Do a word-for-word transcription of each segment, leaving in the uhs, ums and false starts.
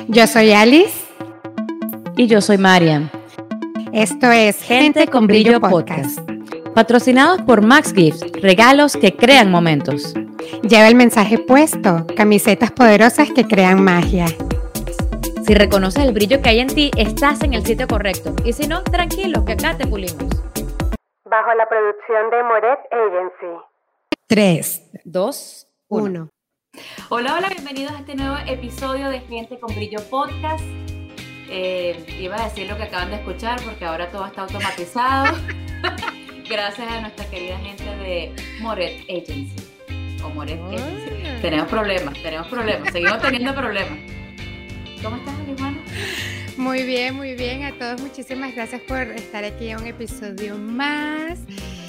Yo soy Alice. Y yo soy Mariam. Esto es Gente, Gente con Brillo Podcast. Podcast. Patrocinados por Max Gifts, regalos que crean momentos. Lleva el mensaje puesto, camisetas poderosas que crean magia. Si reconoces el brillo que hay en ti, estás en el sitio correcto. Y si no, tranquilo, que acá te pulimos. Bajo la producción de Moret Agency. tres, dos, uno. uno. Hola, hola, bienvenidos a este nuevo episodio de Gente con Brillo Podcast. Eh, iba a decir lo que acaban de escuchar porque ahora todo está automatizado. Gracias a nuestra querida gente de Moret Agency. O Moret oh. Agency. Tenemos problemas, tenemos problemas, seguimos teniendo problemas. ¿Cómo estás, Alimano? Muy bien, muy bien. A todos muchísimas gracias por estar aquí en un episodio más.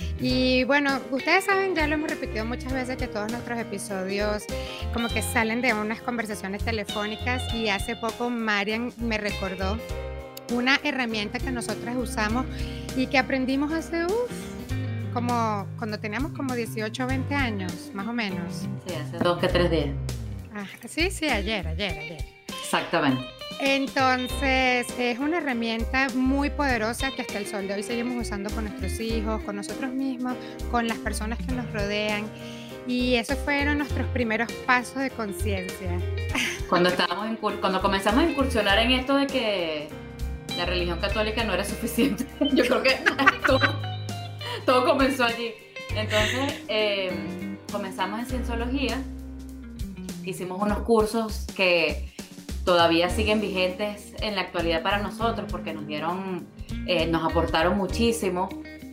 Y bueno, ustedes saben, ya lo hemos repetido muchas veces, que todos nuestros episodios como que salen de unas conversaciones telefónicas, y hace poco Mariam me recordó una herramienta que nosotras usamos y que aprendimos hace, uff, como cuando teníamos como dieciocho o veinte años, más o menos. Sí, hace dos que tres días. Ah, sí, sí, ayer, ayer, ayer. Exactamente. Entonces, es una herramienta muy poderosa que hasta el sol de hoy seguimos usando con nuestros hijos, con nosotros mismos, con las personas que nos rodean. Y esos fueron nuestros primeros pasos de conciencia. Cuando estábamos en, cuando comenzamos a incursionar en esto de que la religión católica no era suficiente, yo creo que todo, todo comenzó allí. Entonces, eh, comenzamos en cienciología, hicimos unos cursos que todavía siguen vigentes en la actualidad para nosotros porque nos dieron, eh, nos aportaron muchísimo.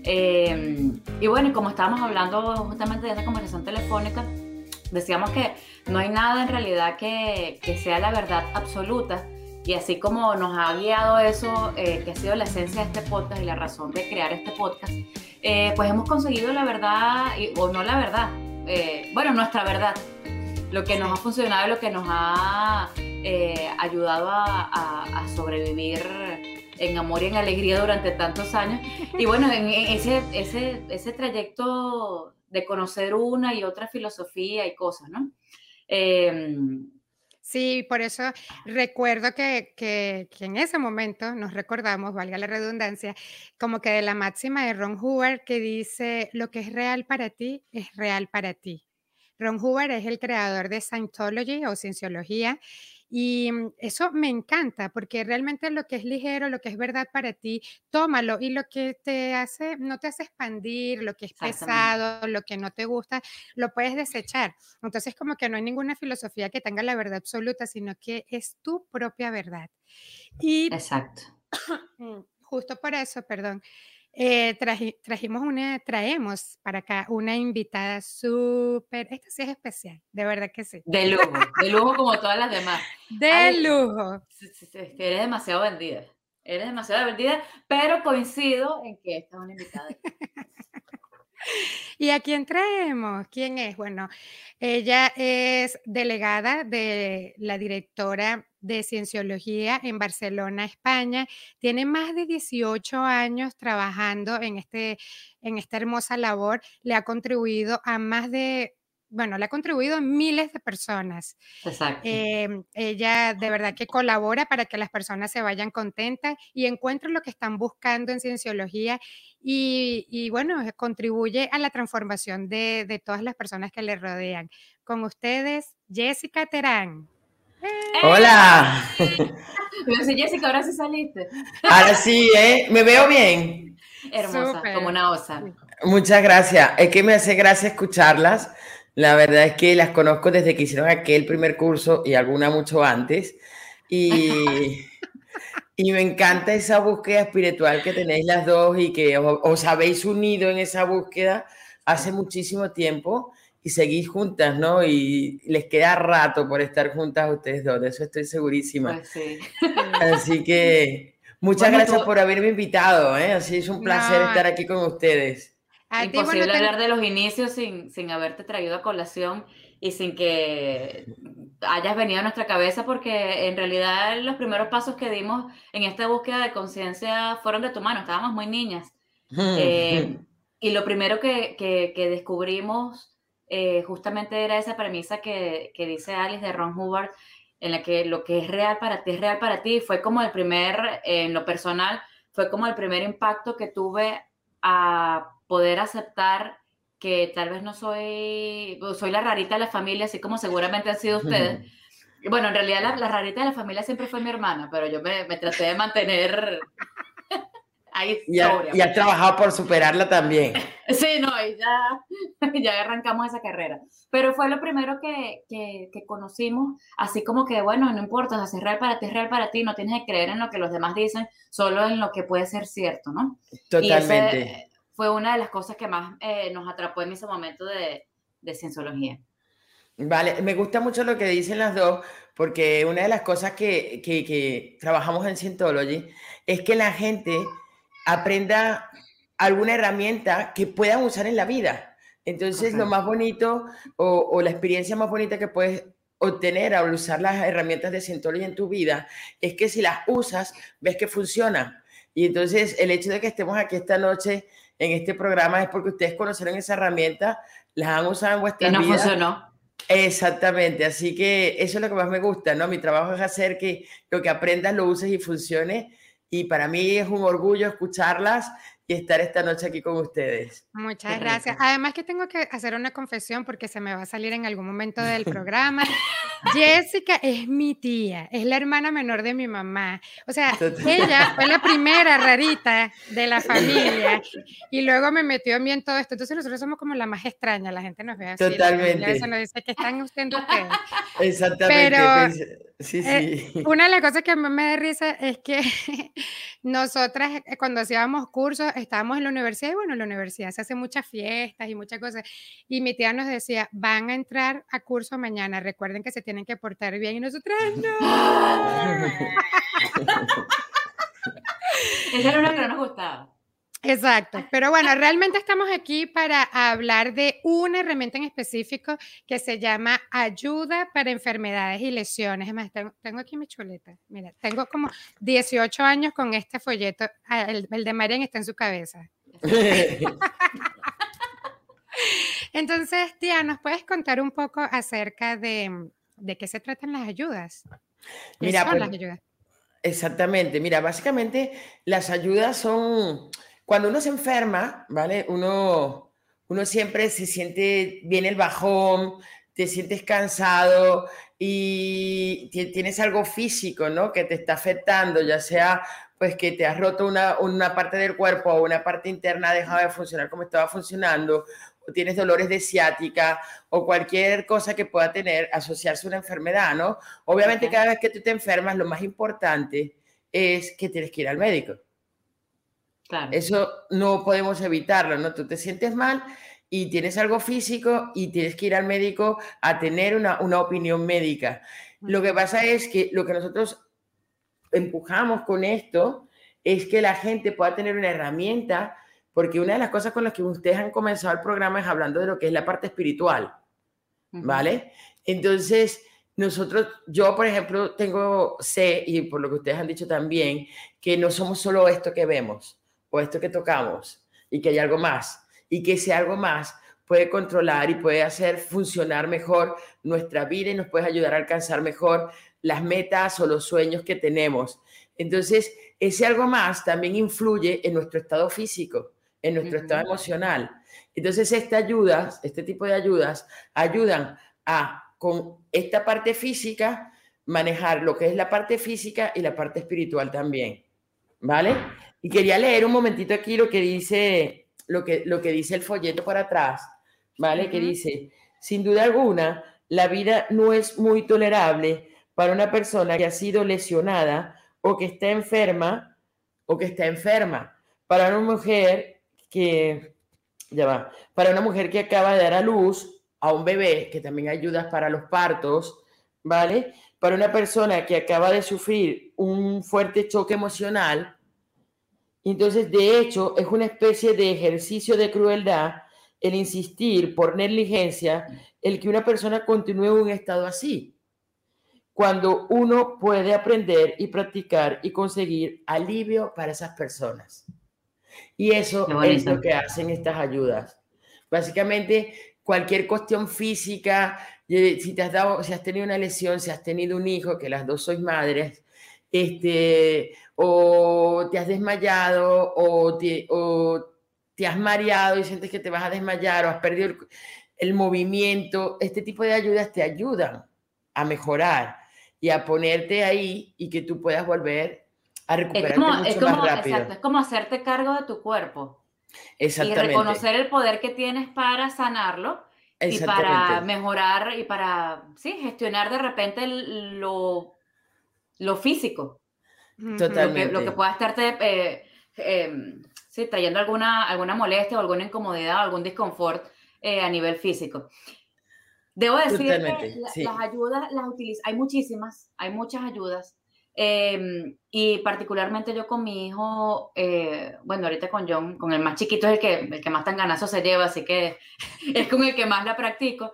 Eh, y bueno, y como estábamos hablando justamente de esa conversación telefónica, decíamos que no hay nada en realidad que, que sea la verdad absoluta. Y así como nos ha guiado eso, eh, que ha sido la esencia de este podcast y la razón de crear este podcast, eh, pues hemos conseguido la verdad, o no la verdad, eh, bueno, nuestra verdad. Lo que nos ha funcionado y lo que nos ha eh, ayudado a, a, a sobrevivir en amor y en alegría durante tantos años. Y bueno, en ese, ese, ese trayecto de conocer una y otra filosofía y cosas, ¿no? Eh, Sí, por eso recuerdo que, que, que en ese momento nos recordamos, valga la redundancia, como que de la máxima de Ron Hubbard, que dice: lo que es real para ti es real para ti. Ron Hubbard es el creador de Scientology o Cienciología, y eso me encanta porque realmente lo que es ligero, lo que es verdad para ti, tómalo, y lo que te hace, no te hace expandir, lo que es pesado, lo que no te gusta, lo puedes desechar. Entonces, como que no hay ninguna filosofía que tenga la verdad absoluta, sino que es tu propia verdad. Y Exacto. Justo por eso, perdón, eh, traji, trajimos una, traemos para acá una invitada súper, esta sí es especial, de verdad que sí. De lujo, de lujo como todas las demás. De Ay, lujo. Eres demasiado vendida, eres demasiado vendida, pero coincido en que esta es una invitada. ¿Y a quién traemos? ¿Quién es? Bueno, ella es delegada de la directora de Cienciología en Barcelona, España. Tiene más de dieciocho años trabajando en, este, en esta hermosa labor. Le ha contribuido a más de, bueno, le ha contribuido a miles de personas. Exacto. Eh, ella de verdad que colabora para que las personas se vayan contentas y encuentren lo que están buscando en Cienciología, y, y bueno, contribuye a la transformación de, de todas las personas que le rodean. Con ustedes, Jessica Terán. ¡Eh! ¡Hola! Pero si Jessica, ahora sí saliste. Ahora sí, ¿eh? ¿Me veo bien? Hermosa, Super. Como una osa. Muchas gracias. Es que me hace gracia escucharlas. La verdad es que las conozco desde que hicieron aquel primer curso y alguna mucho antes. Y, y me encanta esa búsqueda espiritual que tenéis las dos y que os, os habéis unido en esa búsqueda hace muchísimo tiempo y seguís juntas, ¿no? Y les queda rato por estar juntas ustedes dos, de eso estoy segurísima. Pues sí. Así que muchas bueno, gracias tú... por haberme invitado, ¿eh? Así es un placer no, estar aquí con ustedes. Imposible ti, bueno, hablar de los inicios sin, sin haberte traído a colación y sin que hayas venido a nuestra cabeza, porque en realidad los primeros pasos que dimos en esta búsqueda de conciencia fueron de tu mano, estábamos muy niñas. eh, y lo primero que, que, que descubrimos eh, justamente era esa premisa que, que dice Alice de Ron Hubbard, en la que lo que es real para ti es real para ti. Fue como el primer, en lo personal, fue como el primer impacto que tuve a poder aceptar que tal vez no soy, soy la rarita de la familia, así como seguramente han sido ustedes. Bueno, en realidad la, la rarita de la familia siempre fue mi hermana, pero yo me, me traté de mantener ahí y, ha, sobria. Y has trabajado por superarla también. Sí, no, y ya, ya arrancamos esa carrera. Pero fue lo primero que, que, que conocimos, así como que, bueno, no importa, o sea, es real para ti, es real para ti, no tienes que creer en lo que los demás dicen, solo en lo que puede ser cierto, ¿no? Totalmente. Y ese fue una de las cosas que más eh, nos atrapó en ese momento de, de cienciología. Vale, me gusta mucho lo que dicen las dos, porque una de las cosas que, que, que trabajamos en Scientology es que la gente aprenda alguna herramienta que puedan usar en la vida. Entonces, okay, lo más bonito o, o la experiencia más bonita que puedes obtener al usar las herramientas de Scientology en tu vida es que si las usas, ves que funcionan. Y entonces, el hecho de que estemos aquí esta noche en este programa es porque ustedes conocieron esa herramienta, las han usado en vuestras vidas. Y no funcionó. Exactamente, así que eso es lo que más me gusta, ¿no? Mi trabajo es hacer que lo que aprendas lo uses y funcione, y para mí es un orgullo escucharlas y estar esta noche aquí con ustedes. Muchas gracias. Además que tengo que hacer una confesión porque se me va a salir en algún momento del programa. Jessica es mi tía, es la hermana menor de mi mamá. O sea, ella fue la primera rarita de la familia y luego me metió en mí en todo esto. Entonces nosotros somos como la más extraña, la gente nos ve así. Totalmente. A veces nos dice que están ustedes. Exactamente. Pero sí, sí. Eh, una de las cosas que a mí me da risa es que nosotras cuando hacíamos cursos estábamos en la universidad y bueno, en la universidad se hacen muchas fiestas y muchas cosas y mi tía nos decía, van a entrar a curso mañana, recuerden que se tienen que portar bien y nosotras no. Esa era una que no nos gustaba. Exacto, pero bueno, realmente estamos aquí para hablar de una herramienta en específico que se llama ayuda para enfermedades y lesiones. Es más, tengo, tengo aquí mi chuleta, mira, tengo como dieciocho años con este folleto, el, el de Marian está en su cabeza. Entonces, tía, ¿nos puedes contar un poco acerca de, de qué se tratan las ayudas? ¿Qué Mira, son pues, las ayudas? Exactamente, mira, básicamente las ayudas son... Cuando uno se enferma, ¿vale? Uno, uno siempre se siente, viene el bajón, te sientes cansado y tienes algo físico, ¿no? Que te está afectando, ya sea pues que te has roto una, una parte del cuerpo o una parte interna ha dejado de funcionar como estaba funcionando, o tienes dolores de ciática o cualquier cosa que pueda tener, asociarse a una enfermedad, ¿no? Obviamente, okay, cada vez que tú te enfermas, lo más importante es que tienes que ir al médico. Claro. Eso no podemos evitarlo, ¿no? Tú te sientes mal y tienes algo físico y tienes que ir al médico a tener una, una opinión médica. Uh-huh. Lo que pasa es que lo que nosotros empujamos con esto es que la gente pueda tener una herramienta, porque una de las cosas con las que ustedes han comenzado el programa es hablando de lo que es la parte espiritual, ¿vale? Uh-huh. Entonces, nosotros, yo por ejemplo, tengo, sé, y por lo que ustedes han dicho también, que no somos solo esto que vemos o esto que tocamos, y que hay algo más, y que ese algo más puede controlar y puede hacer funcionar mejor nuestra vida y nos puede ayudar a alcanzar mejor las metas o los sueños que tenemos. Entonces, ese algo más también influye en nuestro estado físico, en nuestro uh-huh. estado emocional. Entonces, esta ayuda, este tipo de ayudas ayudan a, con esta parte física, manejar lo que es la parte física y la parte espiritual también, ¿vale? Y quería leer un momentito aquí lo que dice, lo que, lo que dice el folleto por atrás, ¿vale? Uh-huh. Que dice, sin duda alguna, la vida no es muy tolerable para una persona que ha sido lesionada o que está enferma o que está enferma. Para una mujer que, ya va, para una mujer que acaba de dar a luz a un bebé, que también ayudas para los partos, ¿vale? Para una persona que acaba de sufrir un fuerte choque emocional. Entonces, de hecho, es una especie de ejercicio de crueldad el insistir por negligencia el que una persona continúe en un estado así, cuando uno puede aprender y practicar y conseguir alivio para esas personas. Y eso es lo que hacen estas ayudas. Básicamente, cualquier cuestión física, si te has dado, si has tenido una lesión, si has tenido un hijo, que las dos sois madres, este, o te has desmayado, o te, o te has mareado y sientes que te vas a desmayar, o has perdido el, el movimiento, este tipo de ayudas te ayudan a mejorar y a ponerte ahí y que tú puedas volver a recuperarte es como, mucho es como, más rápido. Exacto, es como hacerte cargo de tu cuerpo. Exactamente. Y reconocer el poder que tienes para sanarlo y para mejorar y para, sí, gestionar de repente lo, lo físico. Totalmente. Lo que, lo que pueda estarte eh, eh, sí, trayendo alguna, alguna molestia o alguna incomodidad o algún disconfort eh, a nivel físico. Debo decir Totalmente, que la, sí. las ayudas las utilizo, hay muchísimas, hay muchas ayudas. Eh, y particularmente yo con mi hijo, eh, bueno, ahorita con John, con el más chiquito es el que, el que más tan ganazo se lleva, así que es con el que más la practico.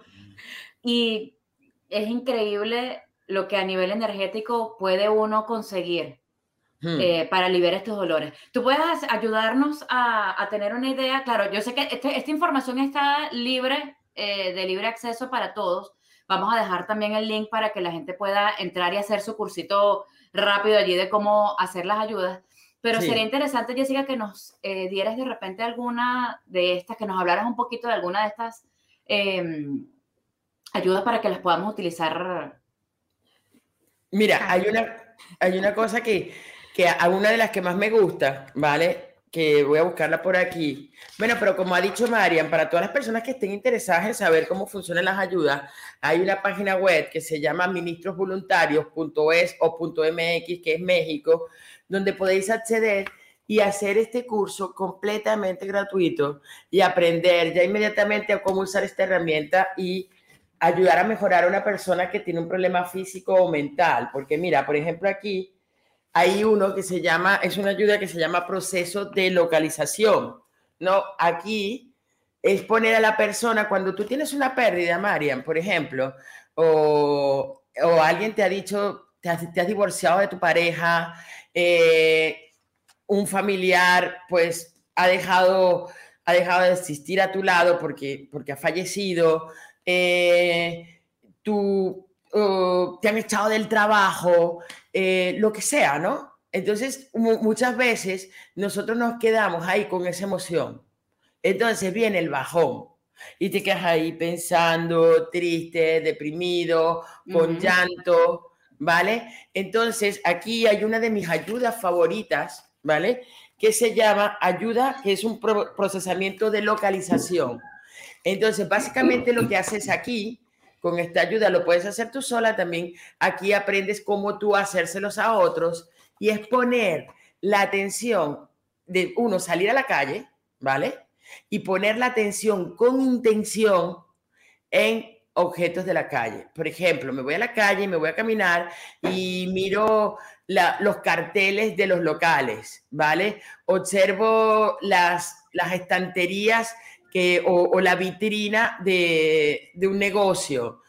Y es increíble lo que a nivel energético puede uno conseguir hmm. eh, para aliviar estos dolores. ¿Tú puedes ayudarnos a, a tener una idea? Claro, yo sé que este, esta información está libre, eh, de libre acceso para todos. Vamos a dejar también el link para que la gente pueda entrar y hacer su cursito rápido allí de cómo hacer las ayudas. Pero sí. Sería interesante, Jessica, que nos eh, dieras de repente alguna de estas, que nos hablaras un poquito de alguna de estas eh, ayudas para que las podamos utilizar. Mira, hay una, hay una cosa que, que a una de las que más me gusta, ¿vale? Que voy a buscarla por aquí. Bueno, pero como ha dicho Marian, para todas las personas que estén interesadas en saber cómo funcionan las ayudas, hay una página web que se llama ministros voluntarios punto es o .mx, que es México, donde podéis acceder y hacer este curso completamente gratuito y aprender ya inmediatamente a cómo usar esta herramienta y ayudar a mejorar a una persona que tiene un problema físico o mental. Porque mira, por ejemplo, aquí hay uno que se llama, es una ayuda que se llama proceso de localización, ¿no? Aquí es poner a la persona, cuando tú tienes una pérdida, Marian, por ejemplo, o, o alguien te ha dicho, te has, te has divorciado de tu pareja, eh, un familiar, pues, ha dejado, ha dejado de existir a tu lado porque, porque ha fallecido, eh, tú... Uh, te han echado del trabajo, eh, lo que sea, ¿no? Entonces, muchas veces nosotros nos quedamos ahí con esa emoción. Entonces viene el bajón y te quedas ahí pensando, triste, deprimido, con uh-huh. llanto, ¿vale? Entonces, aquí hay una de mis ayudas favoritas, ¿vale? Que se llama ayuda, que es un pro- procesamiento de localización. Entonces, básicamente lo que haces aquí, con esta ayuda, lo puedes hacer tú sola también. Aquí aprendes cómo tú hacérselos a otros y es poner la atención de uno, salir a la calle, ¿vale? Y poner la atención con intención en objetos de la calle. Por ejemplo, me voy a la calle, me voy a caminar y miro la, los carteles de los locales, ¿vale? Observo las, las estanterías Que, o, o la vitrina de, de un negocio.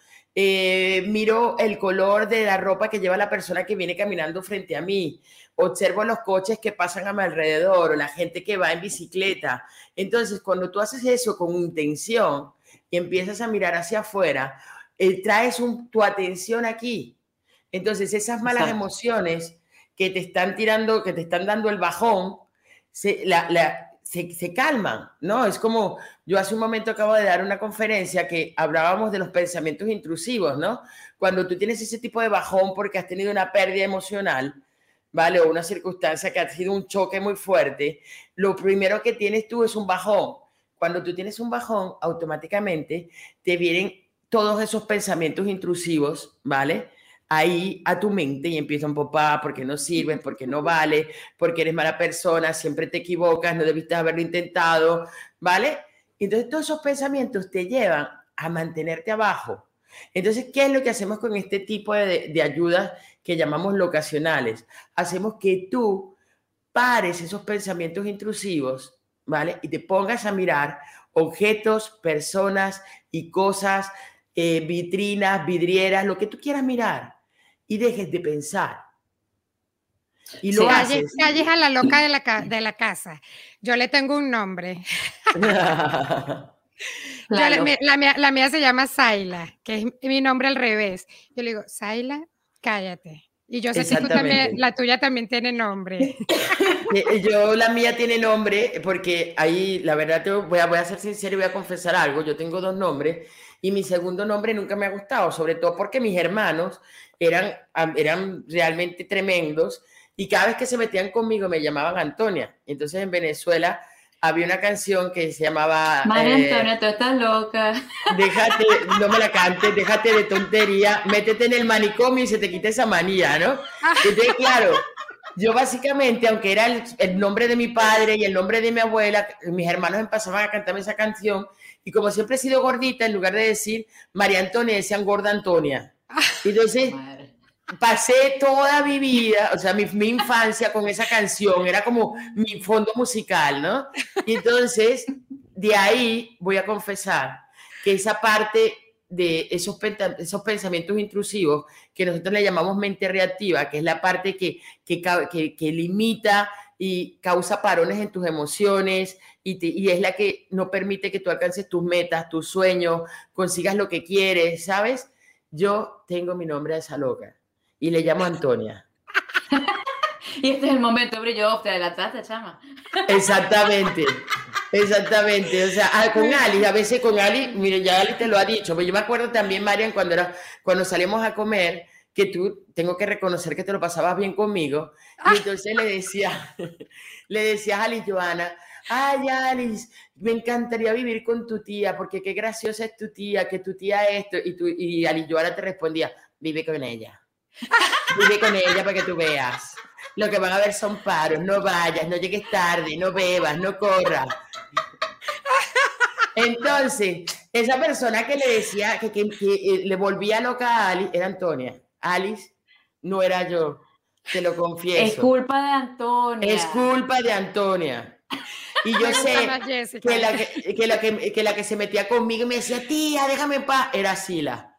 Eh, miro el color de la ropa que lleva la persona que viene caminando frente a mí. Observo los coches que pasan a mi alrededor o la gente que va en bicicleta. Entonces, cuando tú haces eso con intención y empiezas a mirar hacia afuera, eh, traes un, tu atención aquí. Entonces, esas malas Exacto. emociones que te están tirando, que te están dando el bajón, se, la, la Se, se calman, ¿no? Es como, yo hace un momento acabo de dar una conferencia que hablábamos de los pensamientos intrusivos, ¿no? Cuando tú tienes ese tipo de bajón porque has tenido una pérdida emocional, ¿vale? O una circunstancia que ha sido un choque muy fuerte, lo primero que tienes tú es un bajón. Cuando tú tienes un bajón, automáticamente te vienen todos esos pensamientos intrusivos, ¿vale? Ahí a tu mente y empiezan, papá, porque no sirves, porque no vale, porque eres mala persona, siempre te equivocas, no debiste haberlo intentado, ¿vale? Entonces todos esos pensamientos te llevan a mantenerte abajo. Entonces, ¿qué es lo que hacemos con este tipo de, de ayudas que llamamos locacionales? Hacemos que tú pares esos pensamientos intrusivos, ¿vale? Y te pongas a mirar objetos, personas y cosas, eh, vitrinas, vidrieras, lo que tú quieras mirar. Y dejes de pensar. Y lo sí, haces. Calles, calles a la loca de la, de la casa. Yo le tengo un nombre. Yo le, la, mía, la mía se llama Zayla, que es mi nombre al revés. Yo le digo, Zayla, cállate. Y yo sé que tú también, la tuya también tiene nombre. Yo, la mía tiene nombre, porque ahí, la verdad, te voy, a, voy a ser sincero y voy a confesar algo. Yo tengo dos nombres y mi segundo nombre nunca me ha gustado, sobre todo porque mis hermanos eran, eran realmente tremendos y cada vez que se metían conmigo me llamaban Antonia. Entonces en Venezuela había una canción que se llamaba... María eh, Antonia, tú estás loca. Déjate, no me la cantes, déjate de tontería, métete en el manicomio y se te quita esa manía, ¿no? Entonces, claro, yo básicamente, aunque era el, el nombre de mi padre y el nombre de mi abuela, mis hermanos empezaban a cantarme esa canción y como siempre he sido gordita, en lugar de decir María Antonia, decían Gorda Antonia. Entonces... Madre. Pasé toda mi vida, o sea, mi, mi infancia con esa canción, era como mi fondo musical, ¿no? Y entonces, de ahí voy a confesar que esa parte de esos, esos pensamientos intrusivos, que nosotros le llamamos mente reactiva, que es la parte que, que, que, que limita y causa parones en tus emociones y, te, y es la que no permite que tú alcances tus metas, tus sueños, consigas lo que quieres, ¿sabes? Yo tengo mi nombre de esa loca. Y le llamo Antonia. Y este es el momento, brillo, te adelantaste, chama. Exactamente, exactamente. O sea, con Ali, a veces con Ali, mire, ya Ali te lo ha dicho, pero yo me acuerdo también, Marian, cuando, era, cuando salimos a comer, que tú, tengo que reconocer que te lo pasabas bien conmigo, y entonces le decía, le decías a Ali Joana, ay, Alice, me encantaría vivir con tu tía, porque qué graciosa es tu tía, que tu tía esto, y, tú, y Ali Joana te respondía, vive con ella. Vive con ella para que tú veas. Lo que van a ver son paros. No vayas, no llegues tarde, no bebas, no corras. Entonces, esa persona que le decía que, que, que le volvía loca a Alice era Antonia. Alice no era yo, te lo confieso. Es culpa de Antonia. Es culpa de Antonia. Y yo sé que la que, que, la que, que la que se metía conmigo y me decía, tía, déjame en paz, era Sila.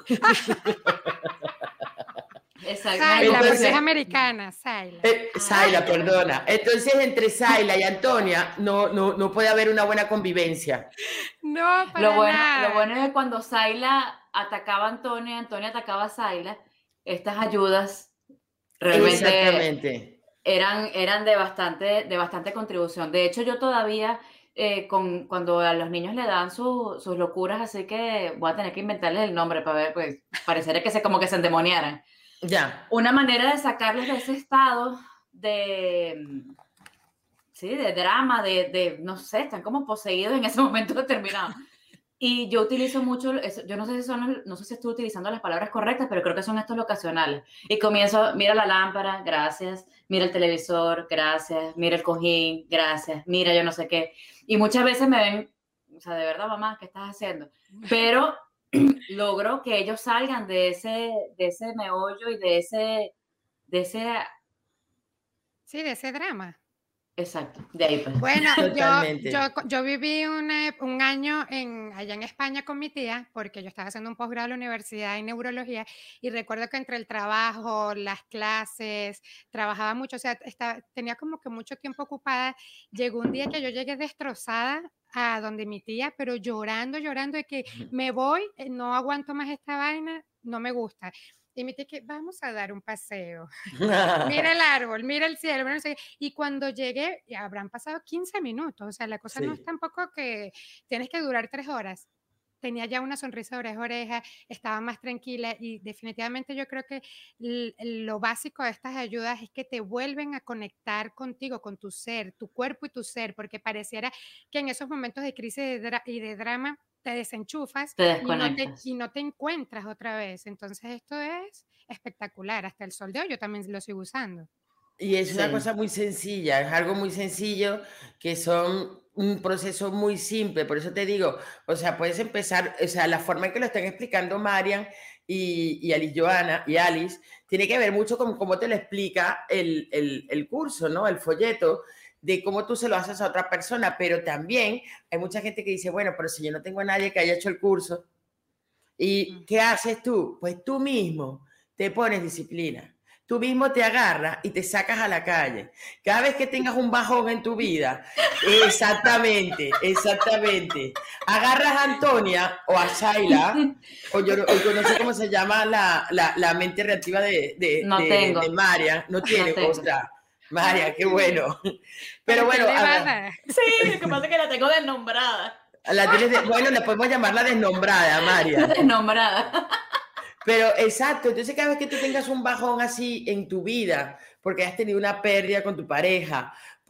Zayla, porque es americana, Zayla. Eh, Zayla, perdona. Entonces, entre Zayla y Antonia no, no, no puede haber una buena convivencia. No, para lo bueno, nada. Lo bueno es que cuando Zayla atacaba a Antonia, Antonia atacaba a Zayla, estas ayudas realmente eran, eran de, bastante, de bastante contribución. De hecho, yo todavía, eh, con, cuando a los niños le dan su, sus locuras, así que voy a tener que inventarles el nombre para ver, pues, parecería que se, como que se endemoniaran. Ya. Una manera de sacarlos de ese estado de, sí, de drama, de, de, no sé, están como poseídos en ese momento determinado. Y yo utilizo mucho, eso, yo no sé si son, no sé si estoy utilizando las palabras correctas, pero creo que son estos locacionales. Y comienzo, mira la lámpara, gracias, mira el televisor, gracias, mira el cojín, gracias, mira yo no sé qué. Y muchas veces me ven, o sea, de verdad, mamá, ¿qué estás haciendo? Pero logro que ellos salgan de ese, de ese meollo y de ese, de ese... Sí, de ese drama. Exacto, de ahí pues. Bueno, yo, yo, yo viví una, un año en, allá en España con mi tía, porque yo estaba haciendo un posgrado en la universidad en neurología, y recuerdo que entre el trabajo, las clases, trabajaba mucho, o sea, estaba, tenía como que mucho tiempo ocupada. Llegó un día que yo llegué destrozada a donde mi tía, pero llorando, llorando de que me voy, no aguanto más esta vaina, no me gusta. Y me dice que vamos a dar un paseo. Mira el árbol, mira el cielo. No sé. Y cuando llegué, ya habrán pasado quince minutos. O sea, la cosa sí. No es tampoco que tienes que durar tres horas. Tenía ya una sonrisa de oreja a oreja, estaba más tranquila y definitivamente yo creo que lo básico de estas ayudas es que te vuelven a conectar contigo, con tu ser, tu cuerpo y tu ser, porque pareciera que en esos momentos de crisis y de drama te desenchufas te y, no te, y no te encuentras otra vez. Entonces esto es espectacular. Hasta el sol de hoy yo también lo sigo usando. Y es sí. una cosa muy sencilla, es algo muy sencillo, que son un proceso muy simple. Por eso te digo, o sea, puedes empezar, o sea, la forma en que lo están explicando Marian y, y Alice Joana y Alice, tiene que ver mucho con cómo te lo explica el, el, el curso, ¿no? El folleto, de cómo tú se lo haces a otra persona, pero también hay mucha gente que dice, bueno, pero si yo no tengo a nadie que haya hecho el curso, ¿y qué haces tú? Pues tú mismo te pones disciplina, tú mismo te agarras y te sacas a la calle. Cada vez que tengas un bajón en tu vida, exactamente, exactamente, agarras a Antonia o a Shaila, o yo, o yo no sé cómo se llama la, la, la mente reactiva de, de, No de, tengo. de María, no tiene, No tengo. ostras, María, qué bueno. Pero ¿Por qué bueno, le a van ver, a- Sí, lo que pasa es que la tengo desnombrada. la tienes de- bueno, le podemos llamar la desnombrada, María. Desnombrada. Pero exacto, entonces cada vez que tú tengas un bajón así en tu vida, porque has tenido una pérdida con tu pareja,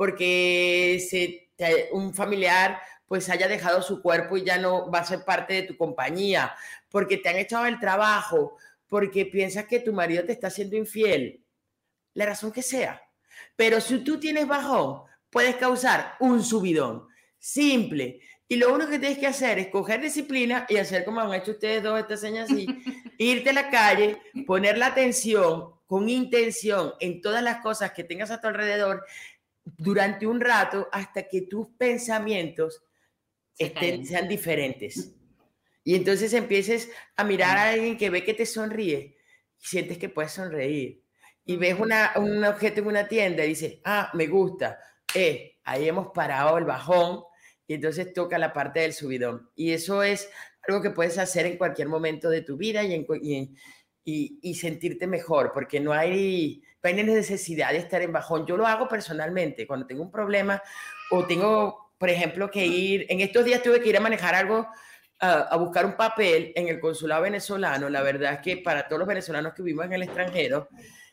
porque se, te- un familiar pues haya dejado su cuerpo y ya no va a ser parte de tu compañía, porque te han echado del trabajo, porque piensas que tu marido te está siendo infiel, la razón que sea. Pero si tú tienes bajón, puedes causar un subidón. Simple. Y lo único que tienes que hacer es coger disciplina y hacer como han hecho ustedes dos estas señas así, irte a la calle, poner la atención con intención en todas las cosas que tengas a tu alrededor durante un rato hasta que tus pensamientos Se estén, callen. sean diferentes. Y entonces empieces a mirar a alguien que ve que te sonríe y sientes que puedes sonreír. Y ves una, un objeto en una tienda y dices, ah, me gusta. Eh, ahí hemos parado el bajón y entonces toca la parte del subidón. Y eso es algo que puedes hacer en cualquier momento de tu vida y, en, y, y, y sentirte mejor, porque no hay, no hay necesidad de estar en bajón. Yo lo hago personalmente cuando tengo un problema o tengo, por ejemplo, que ir, en estos días tuve que ir a manejar algo, a, a buscar un papel en el consulado venezolano. La verdad es que para todos los venezolanos que vivimos en el extranjero,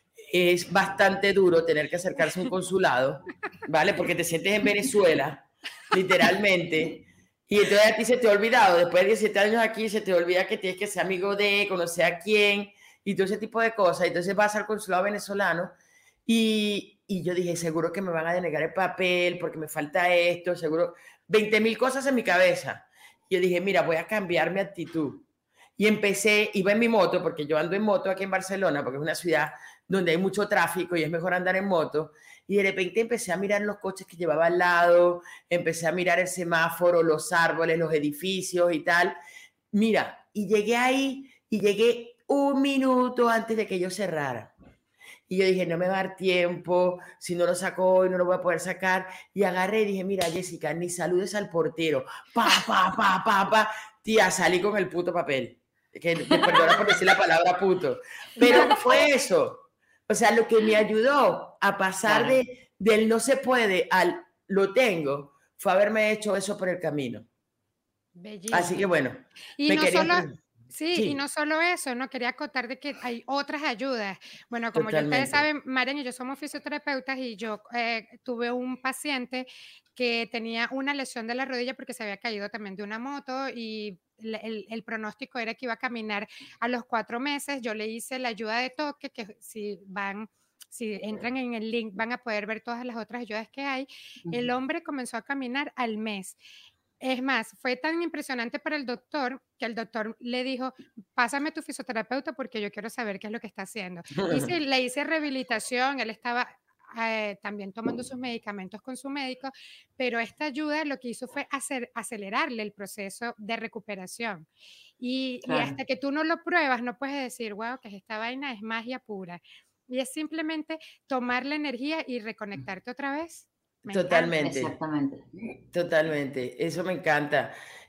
es bastante duro tener que acercarse a un consulado, ¿vale? Porque te sientes en Venezuela, literalmente, y entonces a ti se te ha olvidado, después de diecisiete años aquí, se te olvida que tienes que ser amigo de, conocer a quién, y todo ese tipo de cosas. Entonces vas al consulado venezolano y, y yo dije, seguro que me van a denegar el papel porque me falta esto, seguro, veinte mil cosas en mi cabeza. Y yo dije, mira, voy a cambiar mi actitud. Y empecé, iba en mi moto, porque yo ando en moto aquí en Barcelona, porque es una ciudad donde hay mucho tráfico y es mejor andar en moto. Y de repente empecé a mirar los coches que llevaba al lado, empecé a mirar el semáforo, los árboles, los edificios y tal. Mira, y llegué ahí y llegué un minuto antes de que yo cerrara. Y yo dije, no me va a dar tiempo, si no lo saco hoy no lo voy a poder sacar. Y agarré y dije, mira, Jessica, ni saludes al portero. Pa, pa, pa, pa, pa. Tía, salí con el puto papel. Que me perdona por decir la palabra puto. Pero fue eso. O sea, lo que me ayudó a pasar Claro. de, del no se puede al lo tengo fue haberme hecho eso por el camino. Bellísimo. Así que bueno, Y me no quería... solo, sí, Sí. y no solo eso, no quería acotar de que hay otras ayudas. Bueno, como ya ustedes Totalmente. saben, Marian y yo somos fisioterapeutas y yo eh, tuve un paciente que tenía una lesión de la rodilla porque se había caído también de una moto y el, el- el pronóstico era que iba a caminar a los cuatro meses. Yo le hice la ayuda de toque, que si van, si entran en el link van a poder ver todas las otras ayudas que hay. El hombre comenzó a caminar al mes. Es más, fue tan impresionante para el doctor que el doctor le dijo, pásame tu fisioterapeuta porque yo quiero saber qué es lo que está haciendo. Y sí, le hice rehabilitación, él estaba eh, también tomando sus medicamentos con su médico, pero esta ayuda lo que hizo fue hacer, acelerarle el proceso de recuperación. Y, y Claro. hasta que tú no lo pruebas, no puedes decir, wow, que esta vaina es magia pura. Y es simplemente tomar la energía y reconectarte otra vez. Me encanta. Totalmente. Exactamente. Totalmente, eso me encanta.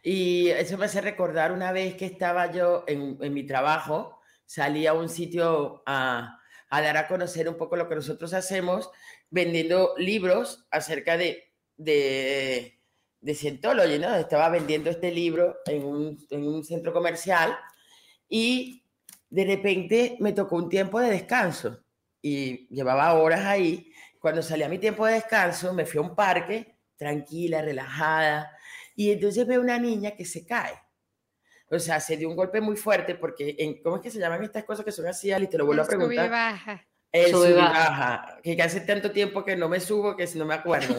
Y eso me hace recordar una vez que estaba yo en, en mi trabajo, salí a un sitio a, a dar a conocer un poco lo que nosotros hacemos, vendiendo libros acerca de, de, de Scientology, ¿no? Estaba vendiendo este libro en un, en un centro comercial y de repente me tocó un tiempo de descanso y llevaba horas ahí. Cuando salí a mi tiempo de descanso, me fui a un parque, tranquila, relajada, y entonces veo una niña que se cae. O sea, se dio un golpe muy fuerte porque, en, ¿cómo es que se llaman estas cosas que son así? Ali, te lo vuelvo El a preguntar. sub y baja. El Sub y sub y baja. baja, que hace tanto tiempo que no me subo que si no me acuerdo.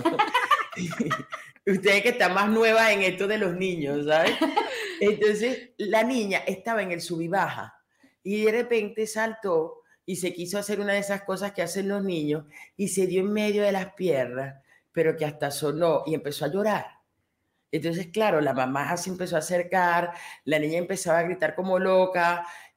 Ustedes que están más nuevas en esto de los niños, ¿sabes? Entonces, la niña estaba en el sub y baja y de repente saltó y se quiso hacer una de esas cosas que hacen los niños y se dio en medio de las piernas, pero que hasta sonó y empezó a llorar. Entonces, claro, la mamá se empezó a acercar, la niña empezaba a gritar como loca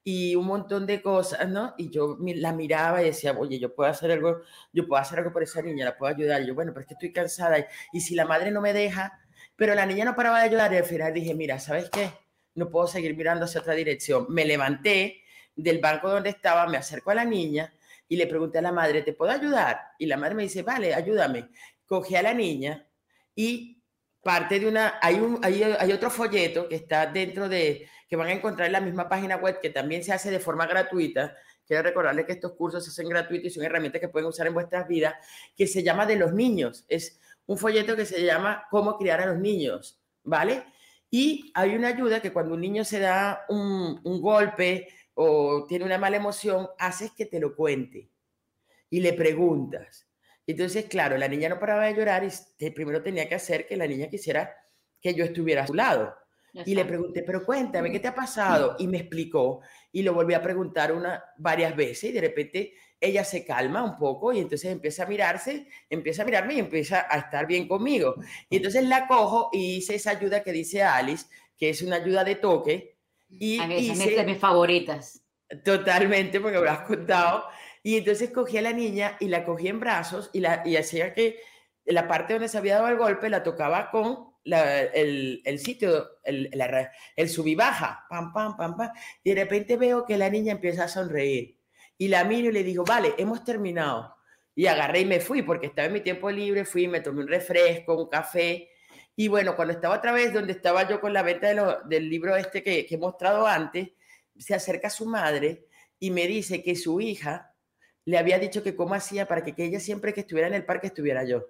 y un montón de cosas, ¿no? Y yo la miraba y decía, oye, yo puedo hacer algo, yo puedo hacer algo por esa niña, la puedo ayudar. Y yo, bueno, pero es que estoy cansada. Y, y si la madre no me deja, pero la niña no paraba de ayudar. Y al final dije, mira, ¿sabes qué? No puedo seguir mirando hacia otra dirección. Me levanté del banco donde estaba, me acerco a la niña y le pregunté a la madre, ¿te puedo ayudar? Y la madre me dice, vale, ayúdame. Cogí a la niña y parte de una, hay, un, hay, hay otro folleto que está dentro de, que van a encontrar en la misma página web, que también se hace de forma gratuita. Quiero recordarles que estos cursos se hacen gratuitos y son herramientas que pueden usar en vuestras vidas, que se llama De los Niños. Es un folleto que se llama Cómo criar a los niños, ¿vale? Y hay una ayuda que cuando un niño se da un, un golpe o tiene una mala emoción, haces que te lo cuente y le preguntas. Entonces, claro, la niña no paraba de llorar y primero tenía que hacer que la niña quisiera que yo estuviera a su lado. Y le pregunté, pero cuéntame, ¿qué te ha pasado? Y me explicó y lo volví a preguntar una, varias veces y de repente ella se calma un poco y entonces empieza a mirarse, empieza a mirarme y empieza a estar bien conmigo. Y entonces la cojo y hice esa ayuda que dice Alice, que es una ayuda de toque. Y a mí, esa hice, es de mis favoritas. Totalmente, porque me lo has contado. Y entonces cogí a la niña y la cogí en brazos y, la, y hacía que la parte donde se había dado el golpe la tocaba con la, el, el sitio, el, la, el sub y baja, pam, pam, pam, pam. Y de repente veo que la niña empieza a sonreír. Y la miro y le digo, vale, hemos terminado. Y agarré y me fui, porque estaba en mi tiempo libre, fui, me tomé un refresco, un café. Y bueno, cuando estaba otra vez donde estaba yo con la venta de lo, del libro este que, que he mostrado antes, se acerca a su madre y me dice que su hija le había dicho que cómo hacía para que, que ella siempre que estuviera en el parque estuviera yo.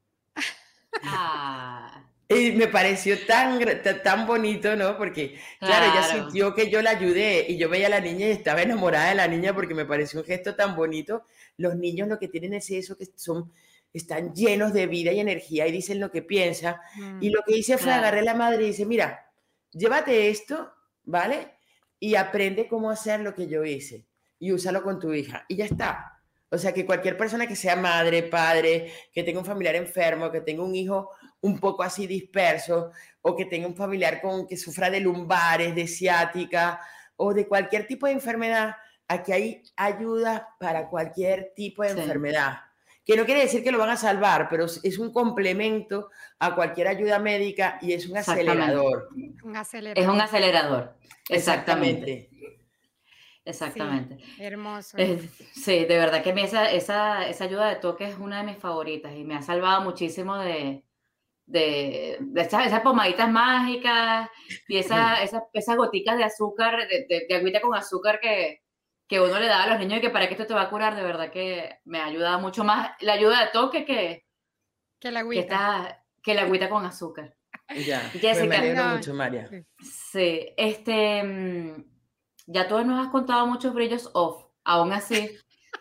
Ah. Y me pareció tan, tan bonito, ¿no? Porque, claro, claro, ella sintió que yo la ayudé y yo veía a la niña y estaba enamorada de la niña porque me pareció un gesto tan bonito. Los niños lo que tienen es eso, que son, están llenos de vida y energía y dicen lo que piensan. Mm, y lo que hice fue claro. agarré a la madre y dice, mira, llévate esto, ¿vale? Y aprende cómo hacer lo que yo hice y úsalo con tu hija. Y ya está. O sea, que cualquier persona que sea madre, padre, que tenga un familiar enfermo, que tenga un hijo un poco así disperso, o que tenga un familiar con, que sufra de lumbares, de ciática, o de cualquier tipo de enfermedad, aquí hay ayuda para cualquier tipo de sí. enfermedad. Que no quiere decir que lo van a salvar, pero es un complemento a cualquier ayuda médica y es un acelerador. Un acelerador. Es un acelerador. Exactamente. Exactamente. Exactamente. Sí, hermoso. Eh, sí, de verdad que a mí esa, esa, esa ayuda de toque es una de mis favoritas y me ha salvado muchísimo de, de, de esas, esas pomaditas mágicas y esa, esas, esas goticas de azúcar, de, de, de agüita con azúcar que, que uno le da a los niños y que para que esto te va a curar, de verdad que me ha ayudado mucho más la ayuda de toque que, que la agüita. Que, está, que la agüita con azúcar. Ya, Jessica, pues me alegro no. mucho, María. Sí, este... Ya tú nos has contado muchos brillos off, aún así.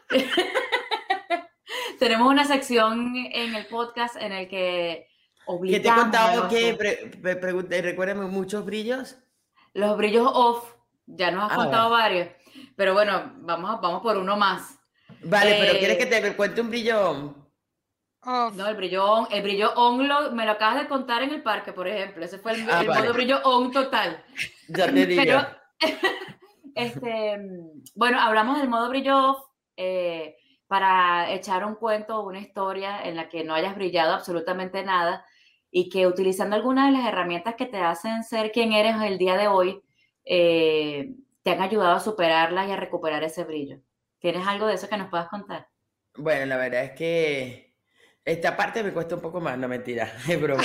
Tenemos una sección en el podcast en el que obligamos... ¿Qué te he contado? ¿Qué? Pre, pre, pregunté, recuérdame, ¿muchos brillos? Los brillos off, ya nos has ah, contado vale. varios, pero bueno, vamos, vamos por uno más. Vale, eh, pero ¿quieres que te cuente un brillo on? Off. No, el brillo on, el brillo on lo, me lo acabas de contar en el parque, por ejemplo. Ese fue el, ah, el vale. modo brillo on total. Ya te digo. Pero, este, bueno, hablamos del modo brillo off eh, para echar un cuento o una historia en la que no hayas brillado absolutamente nada y que utilizando algunas de las herramientas que te hacen ser quien eres el día de hoy, eh, te han ayudado a superarlas y a recuperar ese brillo. ¿Tienes algo de eso que nos puedas contar? Bueno, la verdad es que esta parte me cuesta un poco más, no mentira, es broma.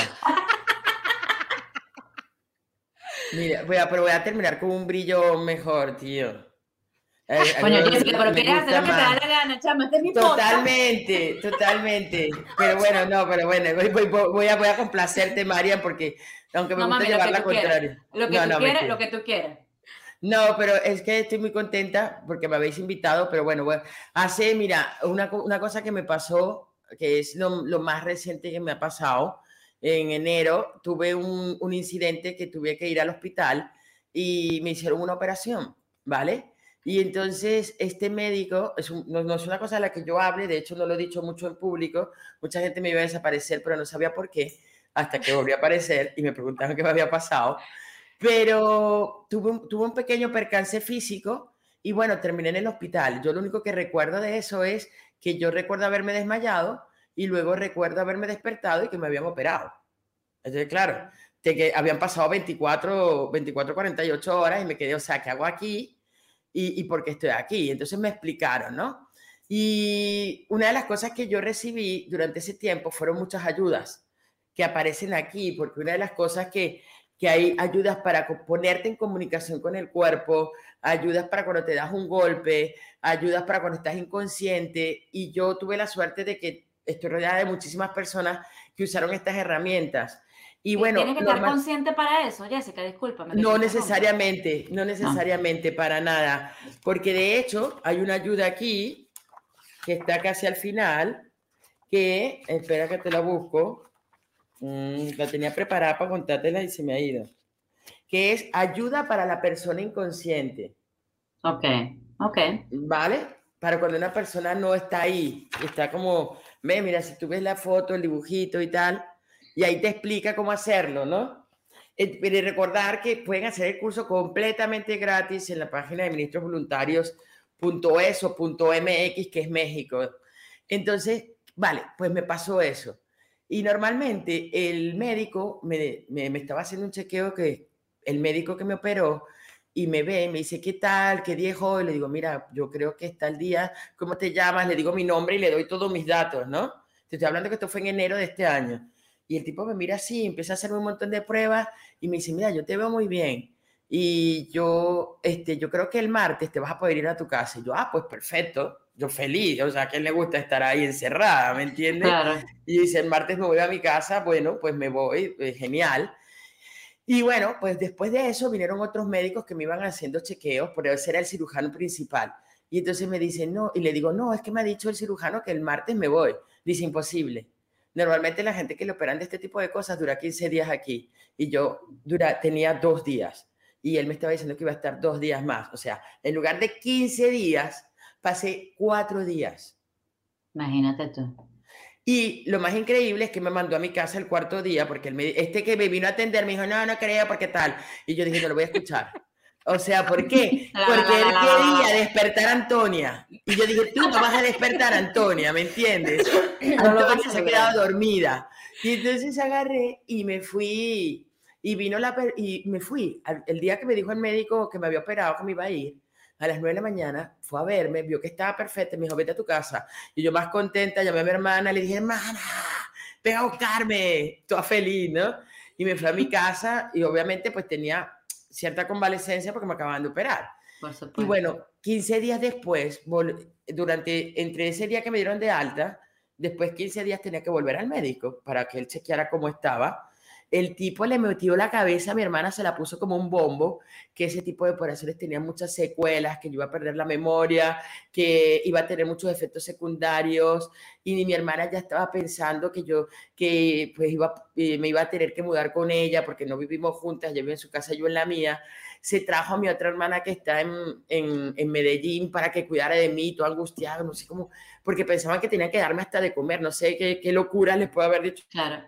Mira, voy a, pero voy a terminar con un brillo mejor, tío. Eh, Coño, Jessica, pero quieres hacer lo que te da la gana, chama, este es mi podcast. Totalmente, totalmente. Pero bueno, no, pero bueno, voy, voy, voy, a, voy a complacerte, María, porque aunque me no, gusta mami, llevar la contraria. Lo que no, tú no, quieras, lo que tú quieras. No, pero es que estoy muy contenta porque me habéis invitado, pero bueno, bueno hace, mira, una, una cosa que me pasó, que es lo, lo más reciente que me ha pasado. En enero tuve un, un incidente que tuve que ir al hospital y me hicieron una operación, ¿vale? Y entonces este médico, es un, no, no es una cosa de la que yo hable, de hecho no lo he dicho mucho en público, mucha gente me iba a desaparecer, pero no sabía por qué, hasta que volví a aparecer y me preguntaron qué me había pasado. Pero tuve un, tuve un pequeño percance físico Y bueno, terminé en el hospital. Yo lo único que recuerdo de eso es que yo recuerdo haberme desmayado y luego recuerdo haberme despertado y que me habían operado. Entonces, claro, de que habían pasado veinticuatro, veinticuatro, cuarenta y ocho horas y me quedé, o sea, ¿qué hago aquí? ¿Y, y por qué estoy aquí? Entonces me explicaron, ¿no? Y una de las cosas que yo recibí durante ese tiempo fueron muchas ayudas que aparecen aquí, porque una de las cosas que, que hay ayudas para ponerte en comunicación con el cuerpo, ayudas para cuando te das un golpe, ayudas para cuando estás inconsciente, y yo tuve la suerte de que estoy rodeada de muchísimas personas que usaron estas herramientas. Y bueno, ¿tienes que estar normal... consciente para eso, Jessica? Discúlpame. No necesariamente, no necesariamente, no. para nada, porque de hecho hay una ayuda aquí que está casi al final, que, espera que te la busco, mm, la tenía preparada para contártela y se me ha ido, que es ayuda para la persona inconsciente. Ok, ok. ¿Vale? Para cuando una persona no está ahí, está como, ve, mira, si tú ves la foto, el dibujito y tal, y ahí te explica cómo hacerlo, ¿no? Pero recordar que pueden hacer el curso completamente gratis en la página de ministros voluntarios punto es o punto eme equis, que es México. Entonces, vale, pues me pasó eso. Y normalmente el médico me, me, me estaba haciendo un chequeo, que el médico que me operó y me ve, me dice, ¿qué tal? ¿Qué día es hoy? Le digo, mira, yo creo que está el día, ¿cómo te llamas? Le digo mi nombre y le doy todos mis datos, ¿no? Te estoy hablando que esto fue en enero de este año. Y el tipo me mira así, empieza a hacerme un montón de pruebas y me dice, mira, yo te veo muy bien. Y yo, este, yo creo que el martes te vas a poder ir a tu casa. Y yo, ah, pues perfecto, yo feliz, o sea, ¿a quién le gusta estar ahí encerrada, me entiendes? Claro. Y dice, el martes me voy a mi casa, bueno, pues me voy, pues, genial. Y bueno, pues después de eso vinieron otros médicos que me iban haciendo chequeos, por ese era el cirujano principal. Y entonces me dicen, no, y le digo, no, es que me ha dicho el cirujano que el martes me voy. Dice, imposible. Normalmente la gente que le operan de este tipo de cosas dura quince días aquí. Y yo dura, tenía dos días. Y él me estaba diciendo que iba a estar dos días más. O sea, en lugar de quince días, pasé cuatro días. Imagínate tú. Y lo más increíble es que me mandó a mi casa el cuarto día, porque el, este que me vino a atender me dijo, no, no creo, porque tal. Y yo dije, no lo voy a escuchar. O sea, ¿por qué? Porque él quería despertar a Antonia. Y yo dije, tú no vas a despertar a Antonia, ¿me entiendes? Antonia se ha quedado dormida. Y entonces agarré y me fui... Y vino la... Y me fui. El día que me dijo el médico que me había operado, que me iba a ir, a las nueve de la mañana, fue a verme, vio que estaba perfecta, me dijo, vete a tu casa. Y yo más contenta, llamé a mi hermana, le dije, hermana, ven a buscarme. Toda feliz, ¿no? Y me fui a mi casa y obviamente pues tenía cierta convalescencia porque me acababan de operar. Por supuesto. Y bueno, quince días después, durante, entre ese día que me dieron de alta, después quince días tenía que volver al médico para que él chequeara cómo estaba. El tipo le metió la cabeza, a mi hermana se la puso como un bombo, que ese tipo de operaciones tenía muchas secuelas, que yo iba a perder la memoria, que iba a tener muchos efectos secundarios, y mi hermana ya estaba pensando que yo, que pues iba, me iba a tener que mudar con ella, porque no vivimos juntas, ella vive en su casa, yo en la mía. Se trajo a mi otra hermana que está en, en, en Medellín para que cuidara de mí, todo angustiado, no sé cómo, porque pensaban que tenía que darme hasta de comer, no sé qué, qué locura les puedo haber dicho. Claro.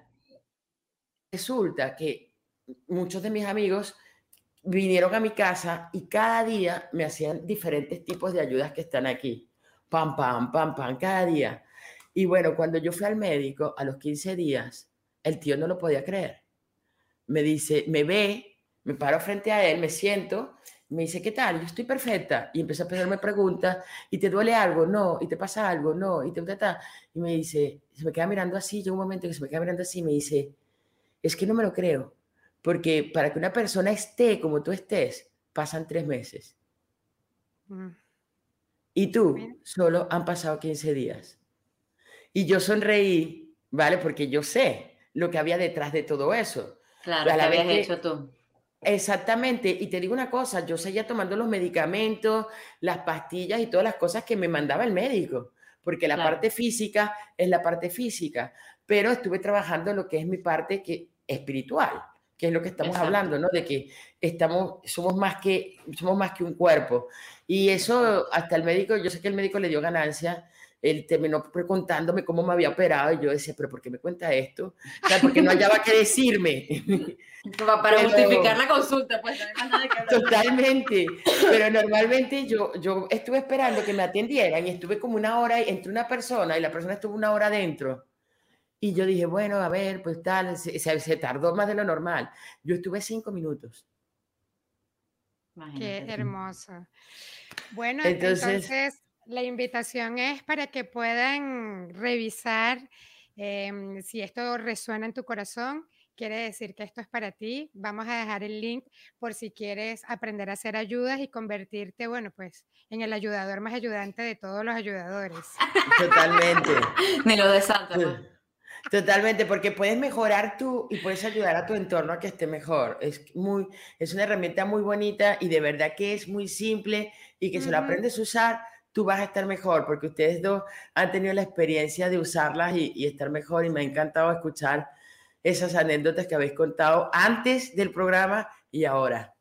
Resulta que muchos de mis amigos vinieron a mi casa y cada día me hacían diferentes tipos de ayudas que están aquí. Pam, pam, pam, pam, cada día. Y bueno, cuando yo fui al médico, a los quince días, el tío no lo podía creer. Me dice, me ve, me paro frente a él, me siento, me dice, ¿qué tal? Yo estoy perfecta. Y empieza a hacerme preguntas, ¿y te duele algo? No. ¿Y te pasa algo? No. ¿Y te ta, Y me dice, se me queda mirando así, llega un momento que se me queda mirando así y me dice, es que no me lo creo, porque para que una persona esté como tú estés, pasan tres meses. Mm. Y tú, Mira. Solo han pasado quince días. Y yo sonreí, ¿vale? Porque yo sé lo que había detrás de todo eso. Claro, ¿qué habías que, hecho tú? Exactamente. Y te digo una cosa, yo seguía tomando los medicamentos, las pastillas y todas las cosas que me mandaba el médico. Porque la claro. parte física es la parte física. Pero estuve trabajando en lo que es mi parte que espiritual, que es lo que estamos Exacto. hablando, ¿no? De que estamos, somos más que, somos más que un cuerpo. Y eso hasta el médico, yo sé que el médico le dio ganancia él terminó contándome cómo me había operado y yo decía, pero ¿por qué me cuenta esto? O sea, porque no hallaba qué decirme. Para pero, justificar la consulta, pues. Totalmente. Pero normalmente yo, yo estuve esperando que me atendieran y estuve como una hora entre una persona y la persona estuvo una hora adentro. Y yo dije, bueno, a ver, pues tal, se, se, se tardó más de lo normal. Yo estuve cinco minutos. Qué hermoso. Bueno, entonces, entonces la invitación es para que puedan revisar eh, si esto resuena en tu corazón. Quiere decir que esto es para ti. Vamos a dejar el link por si quieres aprender a hacer ayudas y convertirte, bueno, pues en el ayudador más ayudante de todos los ayudadores. Totalmente. Ni lo de Santa, pues. Totalmente, porque puedes mejorar tú y puedes ayudar a tu entorno a que esté mejor. Es, muy, es una herramienta muy bonita y de verdad que es muy simple y que uh-huh. si lo aprendes a usar, tú vas a estar mejor, porque ustedes dos han tenido la experiencia de usarlas y, y estar mejor y me ha encantado escuchar esas anécdotas que habéis contado antes del programa y ahora.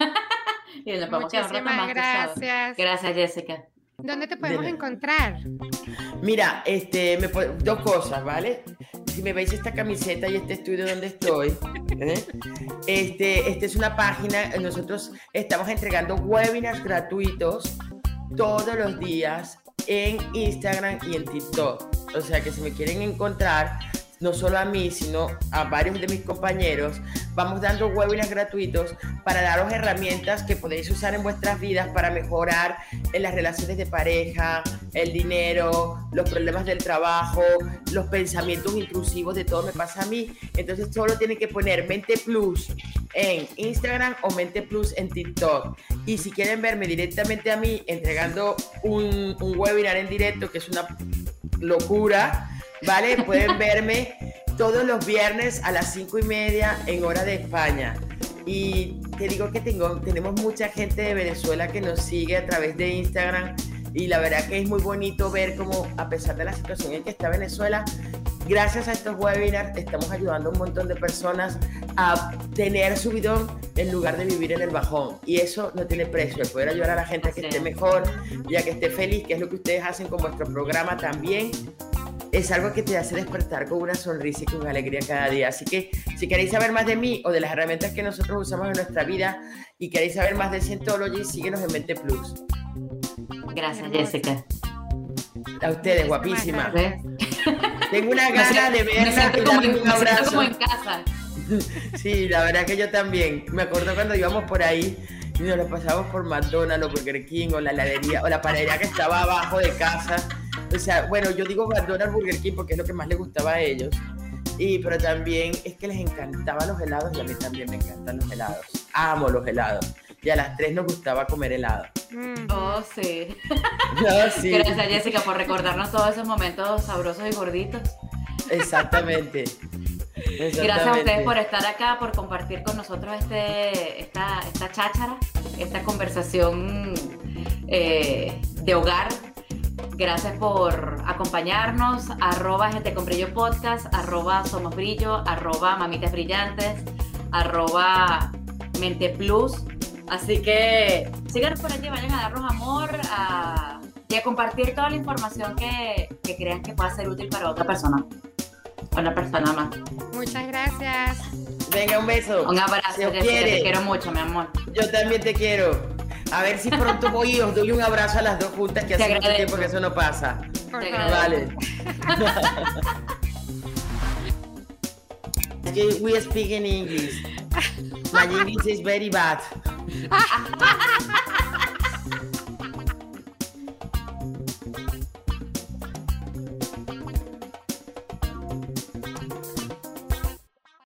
Y nos vamos a Muchísimas más gracias. Gracias, Jessica. ¿Dónde te podemos de encontrar? Mira, este, me, dos cosas, ¿vale? Si me veis esta camiseta y este estudio donde estoy, ¿eh? este, este es una página, nosotros estamos entregando webinars gratuitos todos los días en Instagram y en TikTok. O sea que si me quieren encontrar, no solo a mí, sino a varios de mis compañeros, vamos dando webinars gratuitos para daros herramientas que podéis usar en vuestras vidas para mejorar en las relaciones de pareja, el dinero, los problemas del trabajo, los pensamientos intrusivos, de todo me pasa a mí. Entonces solo tienen que poner Mente Plus en Instagram o Mente Plus en TikTok. Y si quieren verme directamente a mí entregando un, un webinar en directo, que es una locura, ¿vale? Pueden verme todos los viernes a las cinco y media en hora de España. Y te digo que tengo, tenemos mucha gente de Venezuela que nos sigue a través de Instagram y la verdad que es muy bonito ver cómo, a pesar de la situación en que está Venezuela, gracias a estos webinars estamos ayudando a un montón de personas a tener subidón en lugar de vivir en el bajón. Y eso no tiene precio, el poder ayudar a la gente a que esté mejor y a que esté feliz, que es lo que ustedes hacen con vuestro programa también. Es algo que te hace despertar con una sonrisa y con alegría cada día. Así que si queréis saber más de mí o de las herramientas que nosotros usamos en nuestra vida y queréis saber más de Scientology, síguenos en Mente Plus. Gracias, Jessica. A ustedes, guapísima. Tengo una gana de verla. Me siento como, en, un abrazo. Me siento como en casa. Sí, la verdad que yo también. Me acuerdo cuando íbamos por ahí y nos lo pasábamos por McDonald's o Burger King o la heladería o la panadería que estaba abajo de casa. O sea, bueno, yo digo McDonald's, Burger King porque es lo que más les gustaba a ellos. Y, pero también es que les encantaban los helados y a mí también me encantan los helados. Amo los helados. Y a las tres nos gustaba comer helado. Mm. Oh, sí. No, sí. Gracias, Jessica, por recordarnos todos esos momentos sabrosos y gorditos. Exactamente. Exactamente. Gracias a ustedes por estar acá, por compartir con nosotros este, esta, esta cháchara, esta conversación eh, de hogar. Gracias por acompañarnos, arroba Gente con Brillo Podcast, arroba Somos Brillo, arroba Mamitas Brillantes, arroba Mente Plus. Así que síganos por allí, vayan a darnos amor a, y a compartir toda la información que, que crean que pueda ser útil para otra persona, una persona más. Muchas gracias. Venga, un beso. Un abrazo, si Jessica, te quiero mucho, mi amor. Yo también te quiero. A ver si pronto voy y os doy un abrazo a las dos juntas, que hace mucho tiempo que eso no pasa. Vale. We speak in English. My English is very bad.